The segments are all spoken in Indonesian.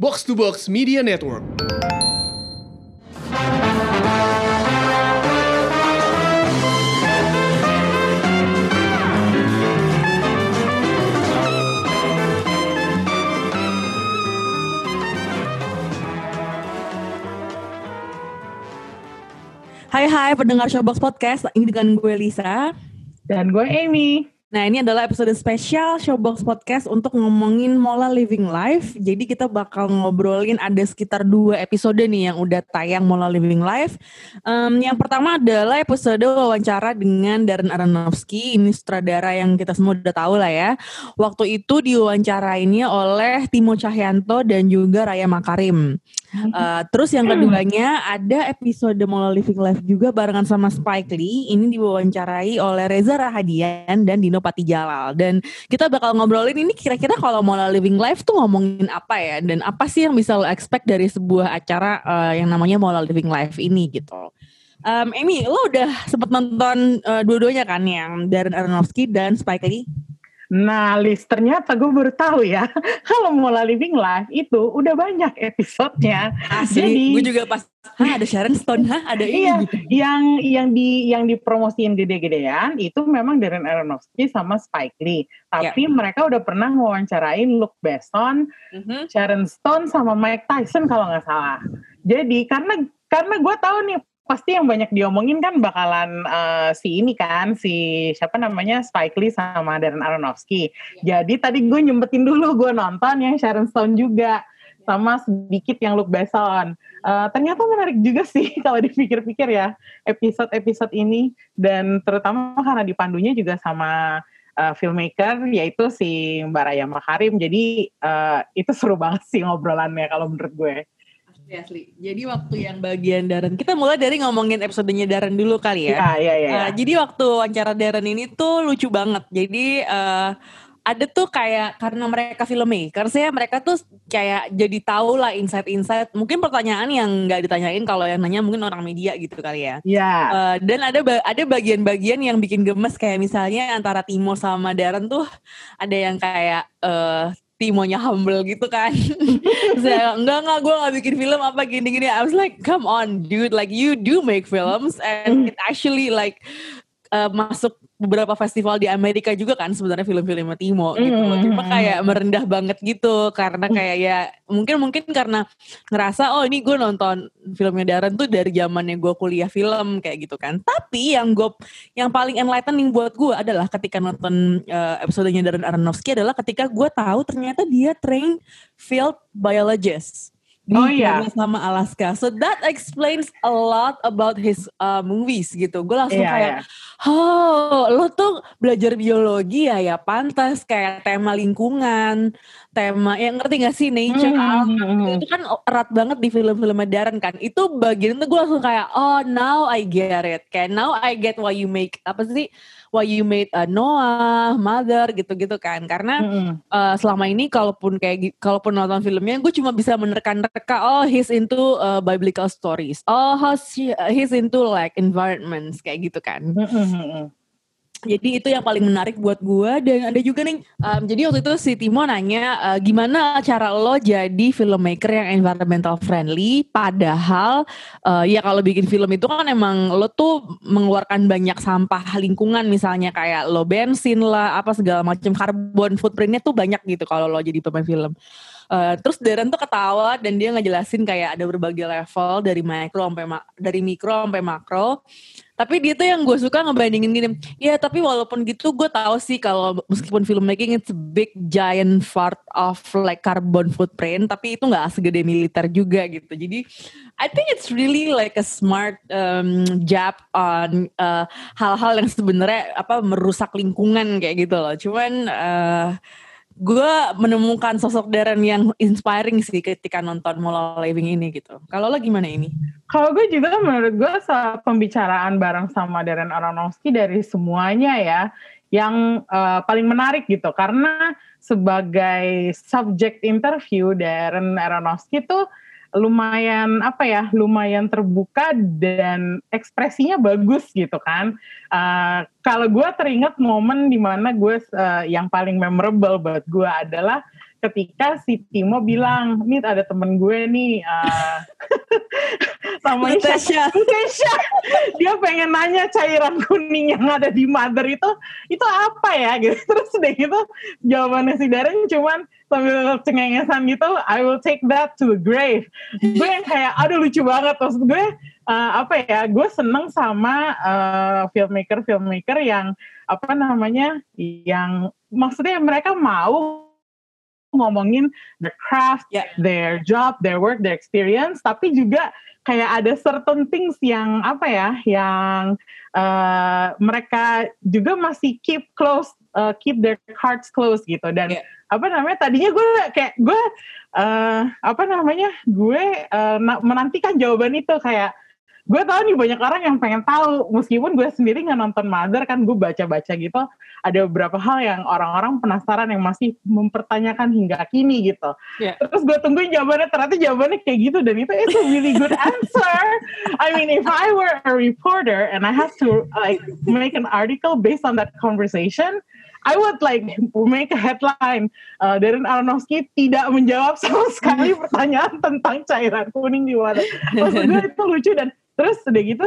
Box to Box Media Network. Hai pendengar Showbox Podcast, ini dengan gue Lisa. Dan gue Amy. Nah, ini adalah episode spesial Showbox Podcast untuk ngomongin Mola Living Life. Jadi kita bakal ngobrolin ada sekitar 2 episode nih yang udah tayang Mola Living Life. Yang pertama adalah episode wawancara dengan Darren Aronofsky. Ini sutradara yang kita semua udah tahu lah ya. Waktu itu diwawancarainnya oleh Timo Cahyanto dan juga Raya Makarim. Terus yang keduanya ada episode Mola Living Life juga barengan sama Spike Lee. Ini diwawancarai oleh Reza Rahadian dan Dino Patijalal. Dan kita bakal ngobrolin ini kira-kira kalau Mola Living Life tuh ngomongin apa ya, dan apa sih yang bisa lo expect dari sebuah acara yang namanya Mola Living Life ini gitu. Amy, lo udah sempet nonton dua-duanya kan, yang Darren Aronofsky dan Spike Lee? Nah, Liz, ternyata gue baru tahu ya, kalau Mola Living Life itu udah banyak episodenya. Jadi gue juga pas, ada Sharon Stone, ada ini iya, gitu. yang dipromosiin gede-gedean itu memang Darren Aronofsky sama Spike Lee. Tapi mereka udah pernah mewawancarain Luc Besson, Sharon Stone sama Mike Tyson kalau nggak salah. Jadi karena gue tahu nih, pasti yang banyak diomongin kan bakalan si siapa namanya, Spike Lee sama Darren Aronofsky. Jadi tadi gue nyempetin dulu, gue nonton yang Sharon Stone juga sama sedikit yang Luc Besson. Ternyata menarik juga sih kalau dipikir-pikir ya episode ini, dan terutama karena dipandunya juga sama filmmaker yaitu si Mbak Raya Makarim. Jadi itu seru banget sih ngobrolannya kalau menurut gue. Asli. Jadi waktu yang bagian Darren, kita mulai dari ngomongin episodenya Darren dulu kali ya. Iya. Jadi waktu wawancara Darren ini tuh lucu banget. Jadi ada tuh kayak, karena mereka filmmakers ya, mereka tuh kayak jadi tahu lah insight-insight. Mungkin pertanyaan yang nggak ditanyain kalau yang nanya mungkin orang media gitu kali ya. Iya. Dan ada bagian-bagian yang bikin gemes, kayak misalnya antara Timo sama Darren tuh ada yang kayak Timonya humble gitu kan. Saya enggak gue gak bikin film apa gini-gini. I was like, come on dude, like you do make films and it actually like masuk beberapa festival di Amerika juga kan sebenarnya film-filmnya Timo gitu. Cuma kayak merendah banget gitu karena kayak ya mungkin karena ngerasa oh ini gue nonton filmnya Darren tuh dari zamannya gue kuliah film kayak gitu kan. Tapi yang paling enlightening buat gue adalah ketika nonton episodenya Darren Aronofsky adalah ketika gue tahu ternyata dia trained field biologist di sama Alaska. So that explains a lot about his movies gitu. Gue langsung oh lo tuh belajar biologi ya pantas, kayak tema lingkungan, tema yang ngerti gak sih, nature, itu kan erat banget di film-film Darren kan. Itu bagian itu gue langsung kayak oh now I get it, kayak now I get why you made Noah, Mother gitu-gitu kan. Karena selama ini kalaupun nonton filmnya gue cuma bisa menerka-nerka oh he's into biblical stories, oh he's into like environments kayak gitu kan. Jadi itu yang paling menarik buat gue. Dan ada juga nih, jadi waktu itu si Timo nanya gimana cara lo jadi filmmaker yang environmental friendly, padahal ya kalau bikin film itu kan emang lo tuh mengeluarkan banyak sampah lingkungan, misalnya kayak lo bensin lah apa segala macam, carbon footprintnya tuh banyak gitu kalau lo jadi pemain film. Terus Darren tuh ketawa dan dia ngejelasin kayak ada berbagai level dari mikro sampai makro. Tapi dia tuh yang gue suka ngebandingin gini, ya tapi walaupun gitu gue tahu sih kalau meskipun filmmaking it's a big giant part of like carbon footprint, tapi itu nggak segede militer juga gitu. Jadi I think it's really like a smart jab on hal-hal yang sebenarnya merusak lingkungan kayak gitu loh. Cuman gue menemukan sosok Darren yang inspiring sih ketika nonton Mola Living ini gitu. Kalau lo gimana ini? Kalau gue juga menurut gue saat pembicaraan bareng sama Darren Aronofsky dari semuanya ya, yang paling menarik gitu. Karena sebagai subject interview, Darren Aronofsky tuh lumayan terbuka dan ekspresinya bagus gitu kan. Kalau gue teringat momen dimana gue yang paling memorable buat gue adalah ketika si Timo bilang, nih ada temen gue nih, namanya Natasha. Dia pengen nanya cairan kuning yang ada di Mother itu apa ya gitu. Terus udah gitu jawabannya si Darren cuman sambil cengengesan gitu, I will take that to the grave. Gue yang kayak aduh lucu banget. Terus gue gue seneng sama filmmaker yang yang maksudnya mereka mau ngomongin the craft, their job, their work, their experience, tapi juga kayak ada certain things yang yang mereka juga masih keep their cards close gitu. Dan tadinya gue menantikan jawaban itu, kayak gue tahu nih banyak orang yang pengen tahu, meskipun gue sendiri nggak nonton Mother, kan gue baca-baca gitu, ada beberapa hal yang orang-orang penasaran yang masih mempertanyakan hingga kini gitu. Terus gue tungguin jawabannya, ternyata jawabannya kayak gitu, dan itu it's a really good answer. I mean, if I were a reporter and I have to make an article based on that conversation, I would make a headline, Darren Aronofsky tidak menjawab sama sekali pertanyaan tentang cairan kuning di wadah. Maksud gue itu lucu. Dan terus udah gitu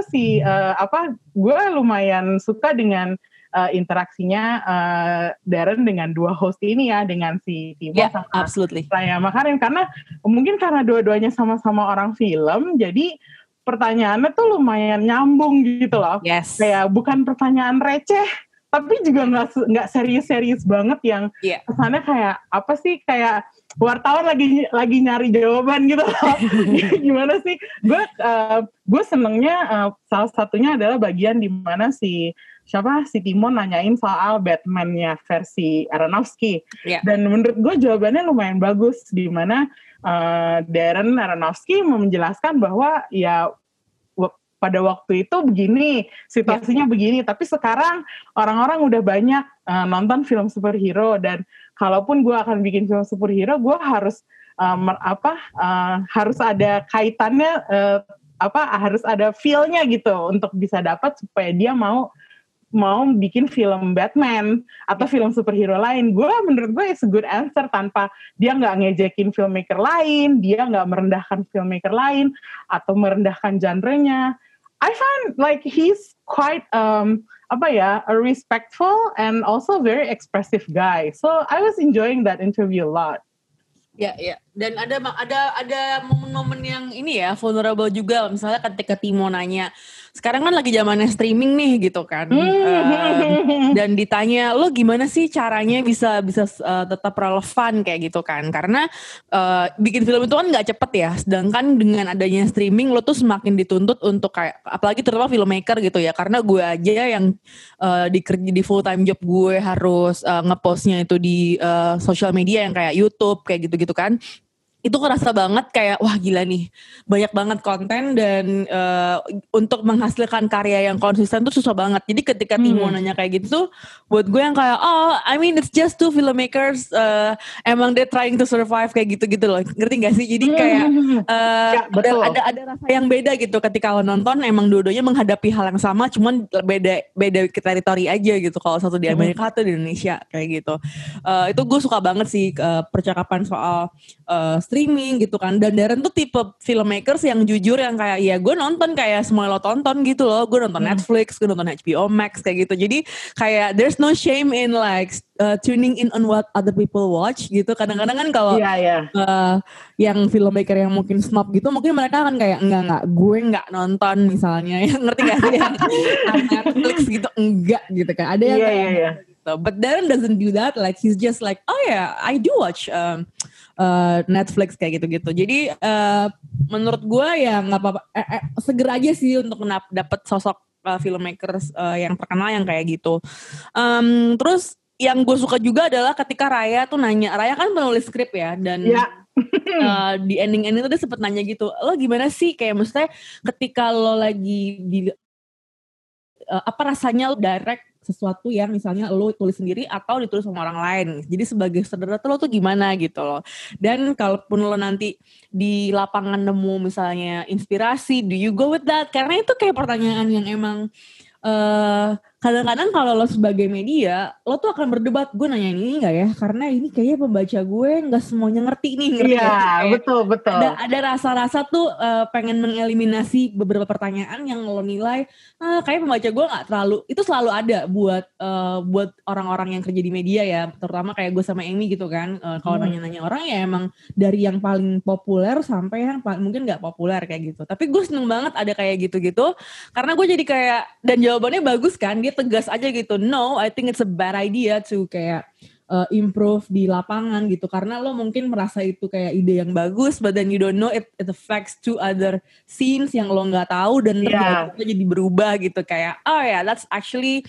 gue lumayan suka dengan interaksinya Darren dengan dua host ini ya, dengan si Timo sama Raya Makarim, karena mungkin karena dua-duanya sama-sama orang film, jadi pertanyaannya tuh lumayan nyambung gitu loh. Kayak bukan pertanyaan receh, tapi juga nggak serius-serius banget yang kesannya kayak apa sih, kayak wartawan lagi nyari jawaban gitu loh. Gimana sih? Gue senengnya salah satunya adalah bagian di mana si Timo nanyain soal Batman-nya versi Aronofsky. Dan menurut gue jawabannya lumayan bagus, di mana Darren Aronofsky menjelaskan bahwa ya pada waktu itu begini, situasinya begini, tapi sekarang orang-orang udah banyak nonton film superhero, dan kalaupun gue akan bikin film superhero, gue harus harus ada kaitannya, harus ada feel-nya gitu untuk bisa dapat, supaya dia mau bikin film Batman atau film superhero lain. Menurut gue it's a good answer, tanpa dia nggak ngejekin filmmaker lain, dia nggak merendahkan filmmaker lain atau merendahkan genre-nya. I find he's quite a respectful and also very expressive guy. So I was enjoying that interview a lot. Ya. Dan ada momen-momen yang ini ya, vulnerable juga. Misalnya ketika Timo nanya, sekarang kan lagi zamannya streaming nih gitu kan, dan ditanya, lo gimana sih caranya bisa tetap relevan kayak gitu kan, karena bikin film itu kan nggak cepet ya, sedangkan dengan adanya streaming lo tuh semakin dituntut untuk kayak, apalagi terutama filmmaker gitu ya, karena gue aja yang di full time job gue harus ngepostnya itu di social media yang kayak YouTube kayak gitu kan. Itu kerasa banget kayak wah gila nih, banyak banget konten, dan untuk menghasilkan karya yang konsisten tuh susah banget. Jadi ketika Timo nanya kayak gitu tuh buat gue yang kayak I mean it's just two filmmakers, emang they're trying to survive kayak gitu loh, ngerti gak sih? Jadi kayak ada rasa yang beda gitu ketika lo nonton, emang dua-duanya menghadapi hal yang sama, cuman beda teritori aja gitu. Kalau satu di Amerika, satu di Indonesia kayak gitu. Itu gue suka banget sih percakapan soal streaming gitu kan. Dan Darren tuh tipe filmmakers yang jujur, yang kayak ya gue nonton kayak semua lo tonton gitu loh. Gue nonton Netflix, gue nonton HBO Max kayak gitu. Jadi kayak there's no shame in tuning in on what other people watch gitu. Kadang-kadang kan kalau yang filmmaker yang mungkin snob gitu, mungkin mereka akan kayak enggak gue enggak nonton misalnya, ngerti gak sih, yang Netflix gitu enggak gitu kan. Ada yang gitu. But Darren doesn't do that, he's just oh yeah, I do watch Netflix kayak gitu-gitu. Jadi menurut gue ya nggak apa-apa, seger aja sih untuk dapat sosok filmmakers yang terkenal yang kayak gitu. Terus yang gue suka juga adalah ketika Raya tuh nanya, Raya kan penulis skrip ya, dan di ending tuh dia sempet nanya gitu, lo gimana sih, kayak maksudnya ketika lo lagi apa rasanya lo direct sesuatu yang misalnya lo tulis sendiri atau ditulis sama orang lain. Jadi sebagai saudara tuh lo tuh gimana gitu loh. Dan kalaupun lo nanti di lapangan nemu misalnya inspirasi, do you go with that? Karena itu kayak pertanyaan yang emang kadang-kadang kalau lo sebagai media, lo tuh akan berdebat, gue nanyain ini gak ya? Karena ini kayaknya pembaca gue gak semuanya ngerti nih. Iya, betul. Ada rasa-rasa tuh pengen mengeliminasi beberapa pertanyaan yang lo nilai, kayak pembaca gue gak terlalu, itu selalu ada buat orang-orang yang kerja di media ya, terutama kayak gue sama Amy gitu kan. Kalau nanya-nanya orang ya emang dari yang paling populer sampai yang mungkin gak populer kayak gitu. Tapi gue seneng banget ada kayak gitu-gitu, karena gue jadi kayak, dan jawabannya bagus kan, dia tegas aja gitu. No, I think it's a bad idea to kayak improve di lapangan gitu. Karena lo mungkin merasa itu kayak ide yang bagus, but then you don't know it affects to other scenes yang lo nggak tahu dan terjadi jadi berubah gitu. Kayak, oh ya, that's actually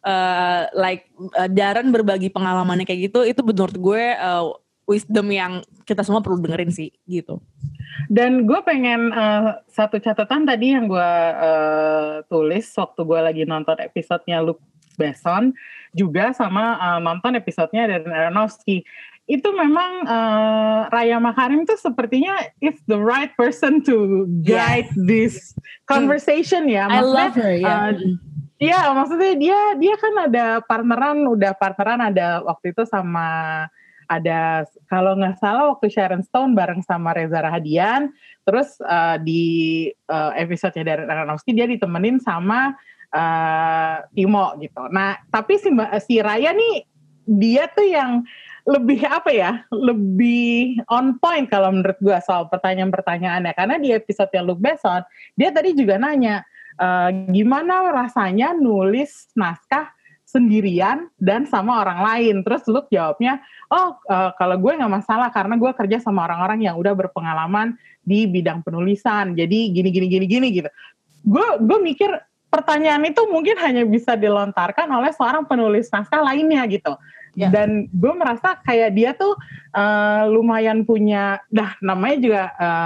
Darren berbagi pengalamannya kayak gitu. Itu menurut gue wisdom yang kita semua perlu dengerin sih gitu. Dan gue pengen satu catatan tadi yang gue tulis waktu gue lagi nonton episodenya Luke Besson, juga sama nonton episodenya Darren Aronofsky. Itu memang Raya Makarim tuh sepertinya is the right person to guide this conversation ya. Maksudnya, I love her, Iya, maksudnya dia kan udah partneran ada waktu itu sama, ada kalau nggak salah waktu Sharon Stone bareng sama Reza Rahadian, terus di episode-nya Darren Aronofsky dia ditemenin sama Timo gitu. Nah tapi si Raya nih dia tuh yang lebih lebih on point kalau menurut gue soal pertanyaan-pertanyaannya, karena di episode-nya Luke Besson dia tadi juga nanya gimana rasanya nulis naskah sendirian dan sama orang lain. Terus Luke jawabnya, kalau gue gak masalah karena gue kerja sama orang-orang yang udah berpengalaman di bidang penulisan, jadi gini gitu. Gue mikir pertanyaan itu mungkin hanya bisa dilontarkan oleh seorang penulis naskah lainnya gitu. Dan gue merasa kayak dia tuh lumayan punya, namanya juga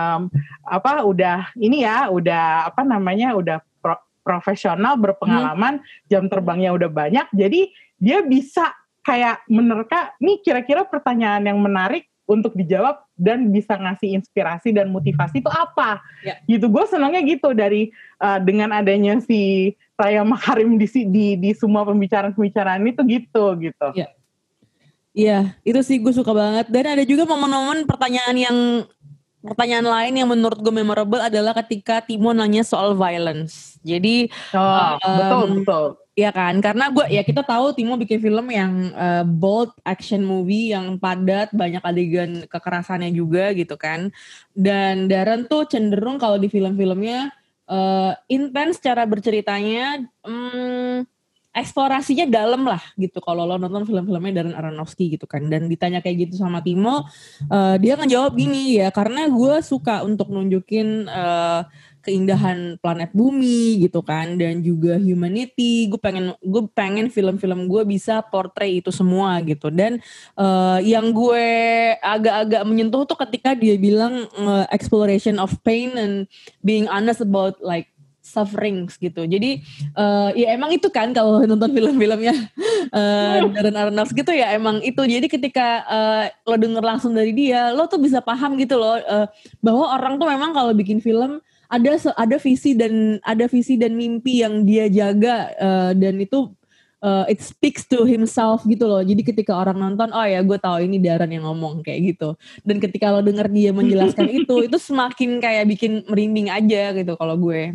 udah profesional, berpengalaman, jam terbangnya udah banyak, jadi dia bisa kayak menerka, nih kira-kira pertanyaan yang menarik untuk dijawab dan bisa ngasih inspirasi dan motivasi itu apa, gitu. Gue senangnya gitu dari dengan adanya si Raya Makarim di semua pembicaraan itu gitu. Iya, itu sih gue suka banget. Dan ada juga momen-momen pertanyaan lain yang menurut gue memorable adalah ketika Timo nanya soal violence. Jadi betul. Iya kan, karena kita tahu Timo bikin film yang bold action movie yang padat, banyak adegan kekerasannya juga gitu kan. Dan Darren tuh cenderung kalau di film-filmnya intens cara berceritanya, eksplorasinya dalam lah gitu kalau lo nonton film-filmnya Darren Aronofsky gitu kan. Dan ditanya kayak gitu sama Timo, dia ngejawab gini ya, karena gue suka untuk nunjukin keindahan planet bumi gitu kan, dan juga humanity. Gue pengen film-film gue bisa portray itu semua gitu. Dan yang gue agak-agak menyentuh tuh ketika dia bilang exploration of pain and being honest about like sufferings gitu. Jadi ya emang itu kan kalau nonton film-filmnya Darren Aronofsky gitu ya emang itu. Jadi ketika lo denger langsung dari dia, lo tuh bisa paham gitu loh bahwa orang tuh memang kalau bikin film ada visi dan mimpi yang dia jaga, dan itu it speaks to himself gitu loh. Jadi ketika orang nonton, oh ya gue tahu ini Darren yang ngomong kayak gitu. Dan ketika lo denger dia menjelaskan itu semakin kayak bikin merinding aja gitu kalau gue.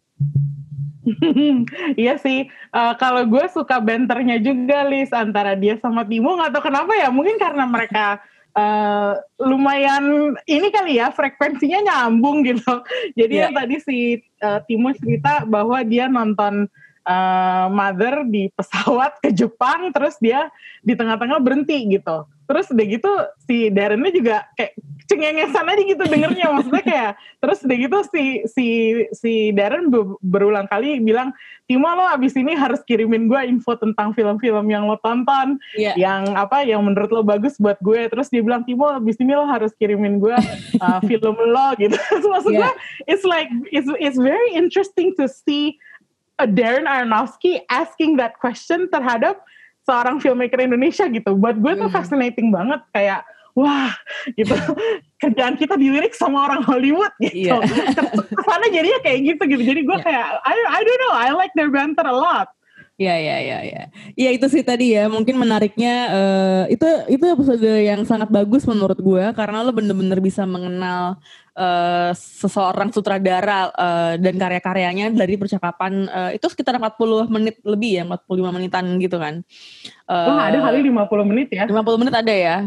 Iya sih, kalau gue suka banternya juga Liz antara dia sama Timo, nggak tahu kenapa ya, mungkin karena mereka lumayan ini kali ya, frekuensinya nyambung gitu. Jadi yang tadi si Timo cerita bahwa dia nonton Mother di pesawat ke Jepang, terus dia di tengah-tengah berhenti gitu. Terus udah gitu si Darren-nya juga kayak cengengesan aja gitu dengernya, maksudnya kayak, terus udah gitu si Darren berulang kali bilang, Timo lo abis ini harus kirimin gue info tentang film-film yang lo tonton, yang menurut lo bagus buat gue. Terus dia bilang, Timo abis ini lo harus kirimin gue film lo gitu. Maksud gue it's very interesting to see Darren Aronofsky asking that question terhadap seorang filmmaker Indonesia gitu. Buat gue tuh fascinating banget, kayak wah gitu, kerjaan kita dilirik sama orang Hollywood gitu. Kesana jadinya kayak gitu. Jadi gue kayak I don't know, I like their banter a lot. Ya, ya, ya, ya. Ya itu sih tadi ya, mungkin menariknya itu episode yang sangat bagus menurut gue karena lo bener-bener bisa mengenal seseorang sutradara dan karya-karyanya dari percakapan itu sekitar 40 menit lebih ya, 45 menitan gitu kan. Wah, ada kali 50 menit ya. 50 menit ada ya.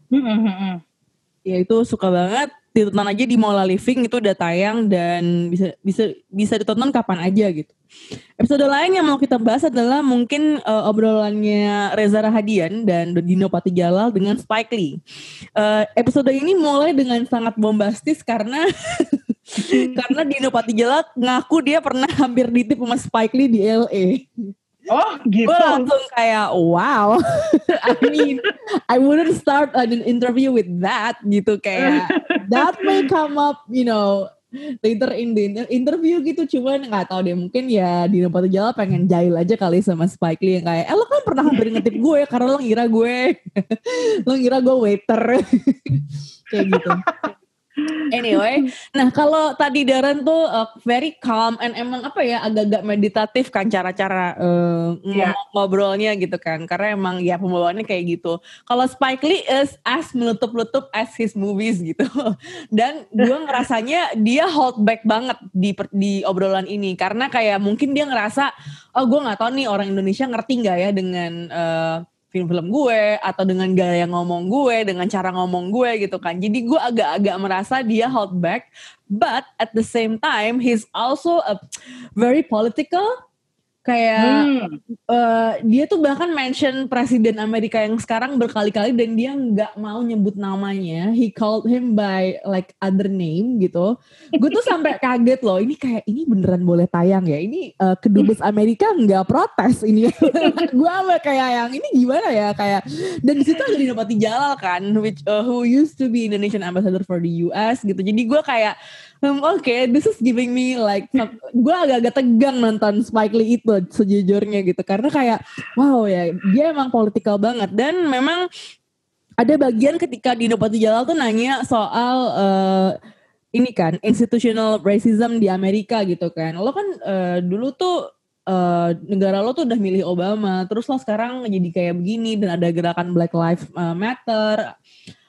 Ya itu suka banget, ditonton aja di Mola Living, itu udah tayang dan bisa ditonton kapan aja gitu. Episode lain yang mau kita bahas adalah mungkin obrolannya Reza Rahadian dan Dino Patijalal dengan Spike Lee. Episode ini mulai dengan sangat bombastis karena karena Dino Patijalal ngaku dia pernah hampir ditip sama Spike Lee di LA. Oh gitu. Gue langsung kayak wow. I mean, I wouldn't start an interview with that gitu, kayak that may come up, you know, later in the interview gitu. Cuman nggak tahu deh, mungkin ya Dino Patijalal pengen jahil aja kali sama Spike Lee yang kayak, lo kan pernah hampir ngetip gue karena lo ngira gue waiter. Kayak gitu. Anyway, nah kalau tadi Darren tuh very calm and emang apa ya, agak-agak meditatif kan cara-cara ngobrolnya gitu kan, karena emang ya pembawaannya kayak gitu. Kalau Spike Lee is as meletup-letup as his movies gitu, dan gue ngerasanya dia hold back banget di obrolan ini karena kayak mungkin dia ngerasa, oh gue nggak tahu nih orang Indonesia ngerti nggak ya dengan film-film gue atau dengan gaya ngomong gue, dengan cara ngomong gue gitu kan. Jadi gue agak-agak merasa dia hold back, but at the same time he's also a very political. Kayak dia tuh bahkan mention presiden Amerika yang sekarang berkali-kali dan dia nggak mau nyebut namanya. He called him by like other name gitu. Gue tuh sampai kaget loh. Ini kayak ini beneran boleh tayang ya? Ini kedubes Amerika nggak protes ini. Gue sampai kayak yang ini gimana ya, kayak. Dan di situ ada Dino Patijalal kan, who used to be Indonesian ambassador for the US gitu. Jadi gue kayak okay, this is giving me like, gue agak-agak tegang nonton Spike Lee itu sejujurnya gitu, karena kayak wow ya, dia emang politikal banget. Dan memang ada bagian ketika Dino Patijalal tuh nanya soal ini kan institutional racism di Amerika gitu kan. Lo kan dulu tuh negara lo tuh udah milih Obama, terus lo sekarang jadi kayak begini dan ada gerakan Black Lives Matter.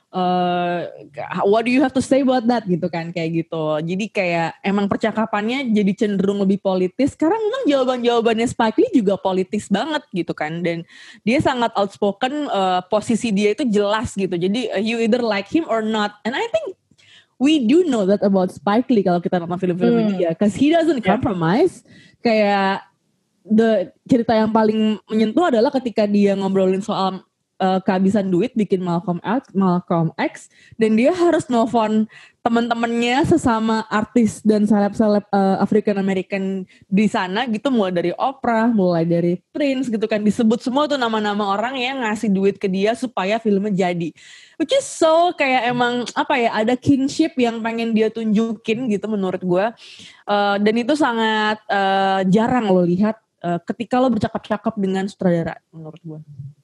What do you have to say about that gitu kan, kayak gitu. Jadi kayak emang percakapannya jadi cenderung lebih politis karena memang jawaban-jawabannya Spike Lee juga politis banget gitu kan, dan dia sangat outspoken, posisi dia itu jelas gitu. Jadi you either like him or not, and I think we do know that about Spike Lee kalau kita nonton film-film dia, cause he doesn't compromise. Kayak cerita yang paling menyentuh adalah ketika dia ngobrolin soal kehabisan duit bikin Malcolm X dan dia harus nelfon teman-temannya sesama artis dan seleb-seleb African American di sana gitu, mulai dari Oprah, mulai dari Prince gitu kan, disebut semua tuh nama-nama orang yang ngasih duit ke dia supaya filmnya jadi, which is so kayak emang apa ya, ada kinship yang pengen dia tunjukin gitu menurut gue, dan itu sangat jarang lo lihat ketika lo bercakap-cakap dengan sutradara menurut gue.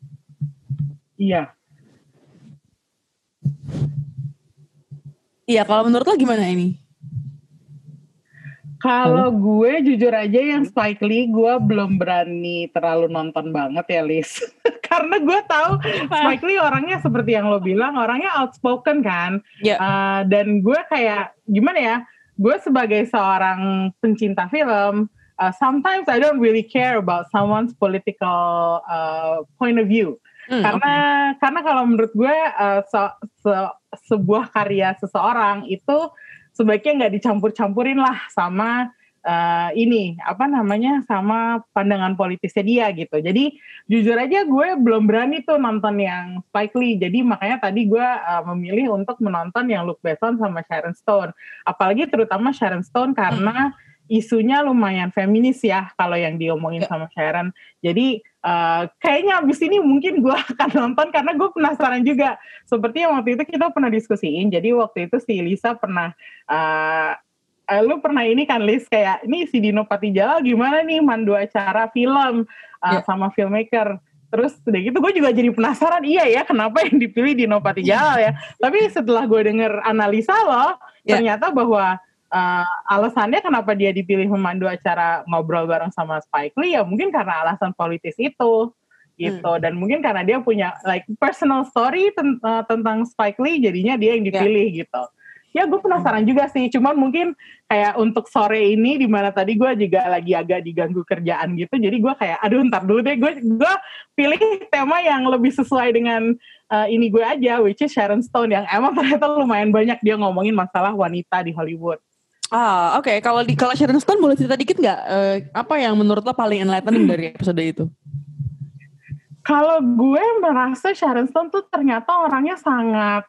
Iya. Iya, kalau menurut lo gimana ini? Kalau gue jujur aja yang Spike Lee gue belum berani terlalu nonton banget ya, Liz. Karena gue tahu Spike Lee orangnya seperti yang lo bilang, orangnya outspoken kan. Dan gue kayak gimana ya, gue sebagai seorang pencinta film, sometimes I don't really care about someone's political point of view. Karena kalau menurut gue sebuah karya seseorang itu sebaiknya nggak dicampur-campurin lah sama sama pandangan politisnya dia gitu. Jadi jujur aja gue belum berani tuh nonton yang Spike Lee. Jadi makanya tadi gue memilih untuk menonton yang Luc Besson sama Sharon Stone. Apalagi terutama Sharon Stone karena isunya lumayan feminis ya kalau yang diomongin sama Sharon. Jadi kayaknya abis ini mungkin gue akan nonton karena gue penasaran juga. Seperti yang waktu itu kita pernah diskusiin. Jadi waktu itu si Lisa pernah, lu pernah ini kan Liz, kayak ini si Dino Patijalal gimana nih mandu acara film sama filmmaker. Terus udah gitu gue juga jadi penasaran, iya ya kenapa yang dipilih Dino Patijalal ya. Tapi setelah gue denger analisa lo, ternyata bahwa alasannya kenapa dia dipilih memandu acara ngobrol bareng sama Spike Lee ya mungkin karena alasan politis itu gitu. Dan mungkin karena dia punya like personal story tentang Spike Lee jadinya dia yang dipilih gitu. Ya gue penasaran juga sih, cuman mungkin kayak untuk sore ini di mana tadi gue juga lagi agak diganggu kerjaan gitu, jadi gue kayak aduh ntar dulu deh, gue pilih tema yang lebih sesuai dengan ini gue aja, which is Sharon Stone yang emang ternyata lumayan banyak dia ngomongin masalah wanita di Hollywood. Oke. Kalau Sharon Stone boleh cerita dikit nggak apa yang menurut lo paling enlightening dari episode itu? Kalau gue merasa Sharon Stone tuh ternyata orangnya sangat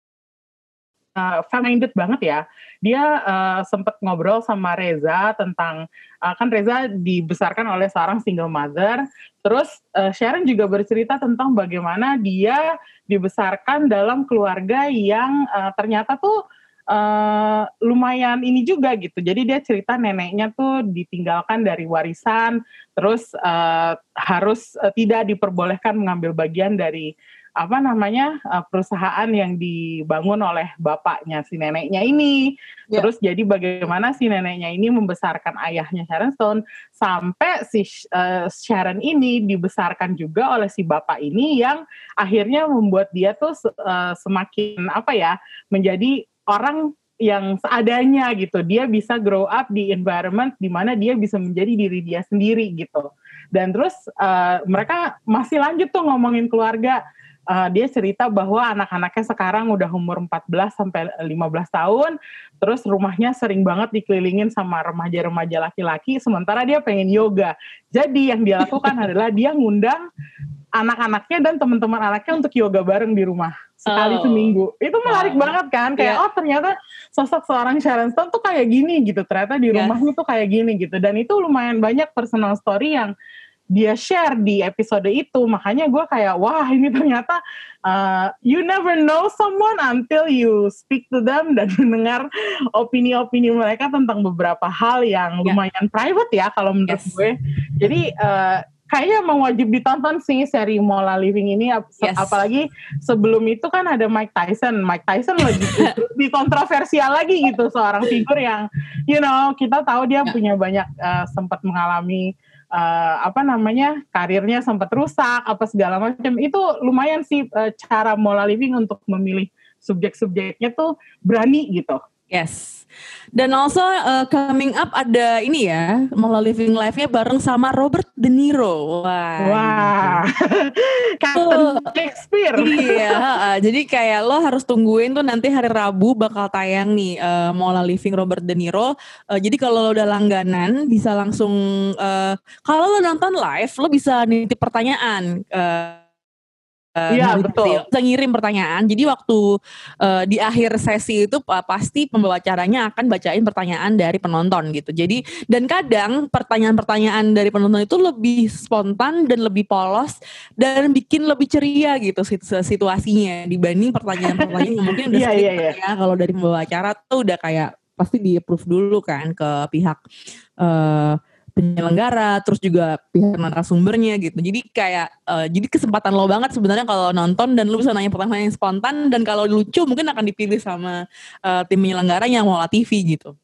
family-minded banget ya. Dia sempat ngobrol sama Reza tentang, kan Reza dibesarkan oleh seorang single mother, terus Sharon juga bercerita tentang bagaimana dia dibesarkan dalam keluarga yang ternyata tuh lumayan ini juga gitu. Jadi dia cerita neneknya tuh ditinggalkan dari warisan, terus harus tidak diperbolehkan mengambil bagian dari perusahaan yang dibangun oleh bapaknya si neneknya ini. Terus jadi bagaimana si neneknya ini membesarkan ayahnya Sharon Stone sampai si Sharon ini dibesarkan juga oleh si bapak ini yang akhirnya membuat dia tuh semakin menjadi orang yang seadanya gitu. Dia bisa grow up di environment di mana dia bisa menjadi diri dia sendiri gitu. Dan terus mereka masih lanjut tuh ngomongin keluarga. Dia cerita bahwa anak-anaknya sekarang udah umur 14 sampai 15 tahun, terus rumahnya sering banget dikelilingin sama remaja-remaja laki-laki, sementara dia pengen yoga. Jadi yang dia lakukan adalah dia ngundang anak-anaknya dan teman-teman anaknya untuk yoga bareng di rumah sekali seminggu. Itu menarik banget kan, kayak ternyata sosok seorang Sharon Stone tuh kayak gini gitu, ternyata di rumahnya tuh kayak gini gitu, dan itu lumayan banyak personal story yang dia share di episode itu. Makanya gue kayak wah ini ternyata you never know someone until you speak to them dan mendengar opini-opini mereka tentang beberapa hal yang lumayan private ya kalau menurut gue. Jadi kayaknya emang wajib ditonton sih seri Mola Living ini, apalagi sebelum itu kan ada Mike Tyson lebih kontroversial lagi gitu, seorang figur yang kita tahu dia punya banyak sempat mengalami karirnya sempat rusak apa segala macam. Itu lumayan sih cara Mola Living untuk memilih subjek-subjeknya tuh berani gitu. Yes. Dan also coming up ada ini ya, Mola Living Life-nya bareng sama Robert De Niro. Wah. Captain Shakespeare. Iya, jadi kayak lo harus tungguin tuh nanti hari Rabu bakal tayang nih Mola Living Robert De Niro. Jadi kalau lo udah langganan bisa langsung kalau lo nonton live lo bisa nitip pertanyaan. Iya betul. Bisa ngirim pertanyaan. Jadi waktu di akhir sesi itu pasti pembawa acaranya akan bacain pertanyaan dari penonton gitu. Jadi dan kadang pertanyaan-pertanyaan dari penonton itu lebih spontan dan lebih polos dan bikin lebih ceria gitu situasinya dibanding pertanyaan-pertanyaan yang mungkin udah script ya. Kalau dari pembawa acara tuh udah kayak pasti di-approve dulu kan ke pihak penyelenggara, terus juga pihak narasumbernya gitu. Jadi kayak jadi kesempatan lo banget sebenarnya kalau nonton dan lo bisa nanya pertanyaan yang spontan, dan kalau lucu mungkin akan dipilih sama tim penyelenggara yang Mola TV gitu.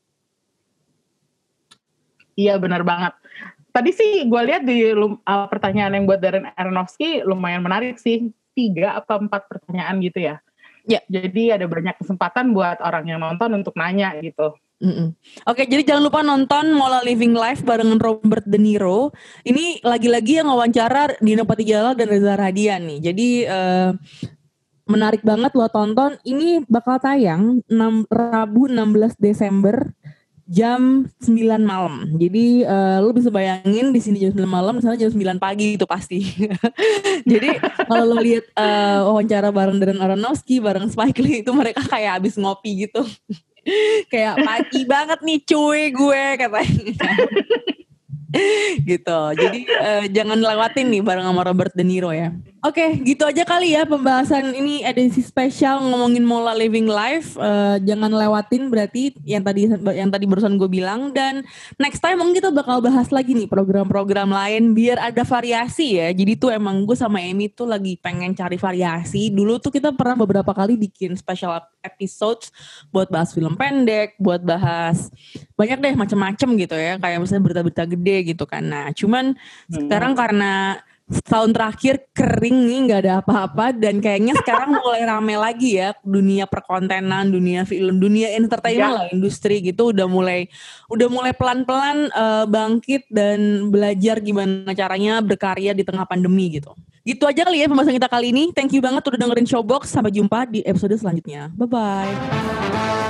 Iya benar banget. Tadi sih gue lihat di pertanyaan yang buat Darren Aronofsky lumayan menarik sih, 3 apa 4 pertanyaan gitu ya. Ya. Jadi ada banyak kesempatan buat orang yang nonton untuk nanya gitu. Oke, jadi jangan lupa nonton Mola Living Life barengan Robert De Niro. Ini lagi-lagi yang wawancara Dino Patijalal dan Reza Radian nih. Jadi menarik banget lo tonton. Ini bakal tayang Rabu 16 Desember jam 9 malam. Jadi lo bisa bayangin di sini jam 9 malam, di sana jam 9 pagi itu pasti. Jadi kalau lo lihat wawancara bareng Darren Aronofsky bareng Spike Lee itu mereka kayak habis ngopi gitu. Kayak pagi banget nih cuy gue katanya. Gitu. Jadi jangan lewatin nih bareng sama Robert De Niro ya. Oke, gitu aja kali ya pembahasan ini edisi spesial ngomongin Mola Living Life. Jangan lewatin berarti yang tadi barusan gue bilang. Dan next time mungkin kita bakal bahas lagi nih program-program lain biar ada variasi ya. Jadi tuh emang gue sama Amy tuh lagi pengen cari variasi. Dulu tuh kita pernah beberapa kali bikin special episodes buat bahas film pendek, buat bahas banyak deh macam-macam gitu ya. Kayak misalnya berita-berita gede gitu kan. Nah, cuman sekarang karena setahun terakhir kering nih, nggak ada apa-apa, dan kayaknya sekarang mulai rame lagi ya dunia perkontenan, dunia film, dunia entertainment lah, industri gitu udah mulai pelan-pelan bangkit dan belajar gimana caranya berkarya di tengah pandemi gitu. Gitu aja kali ya pembahasan kita kali ini. Thank you banget udah dengerin Showbox. Sampai jumpa di episode selanjutnya. Bye bye.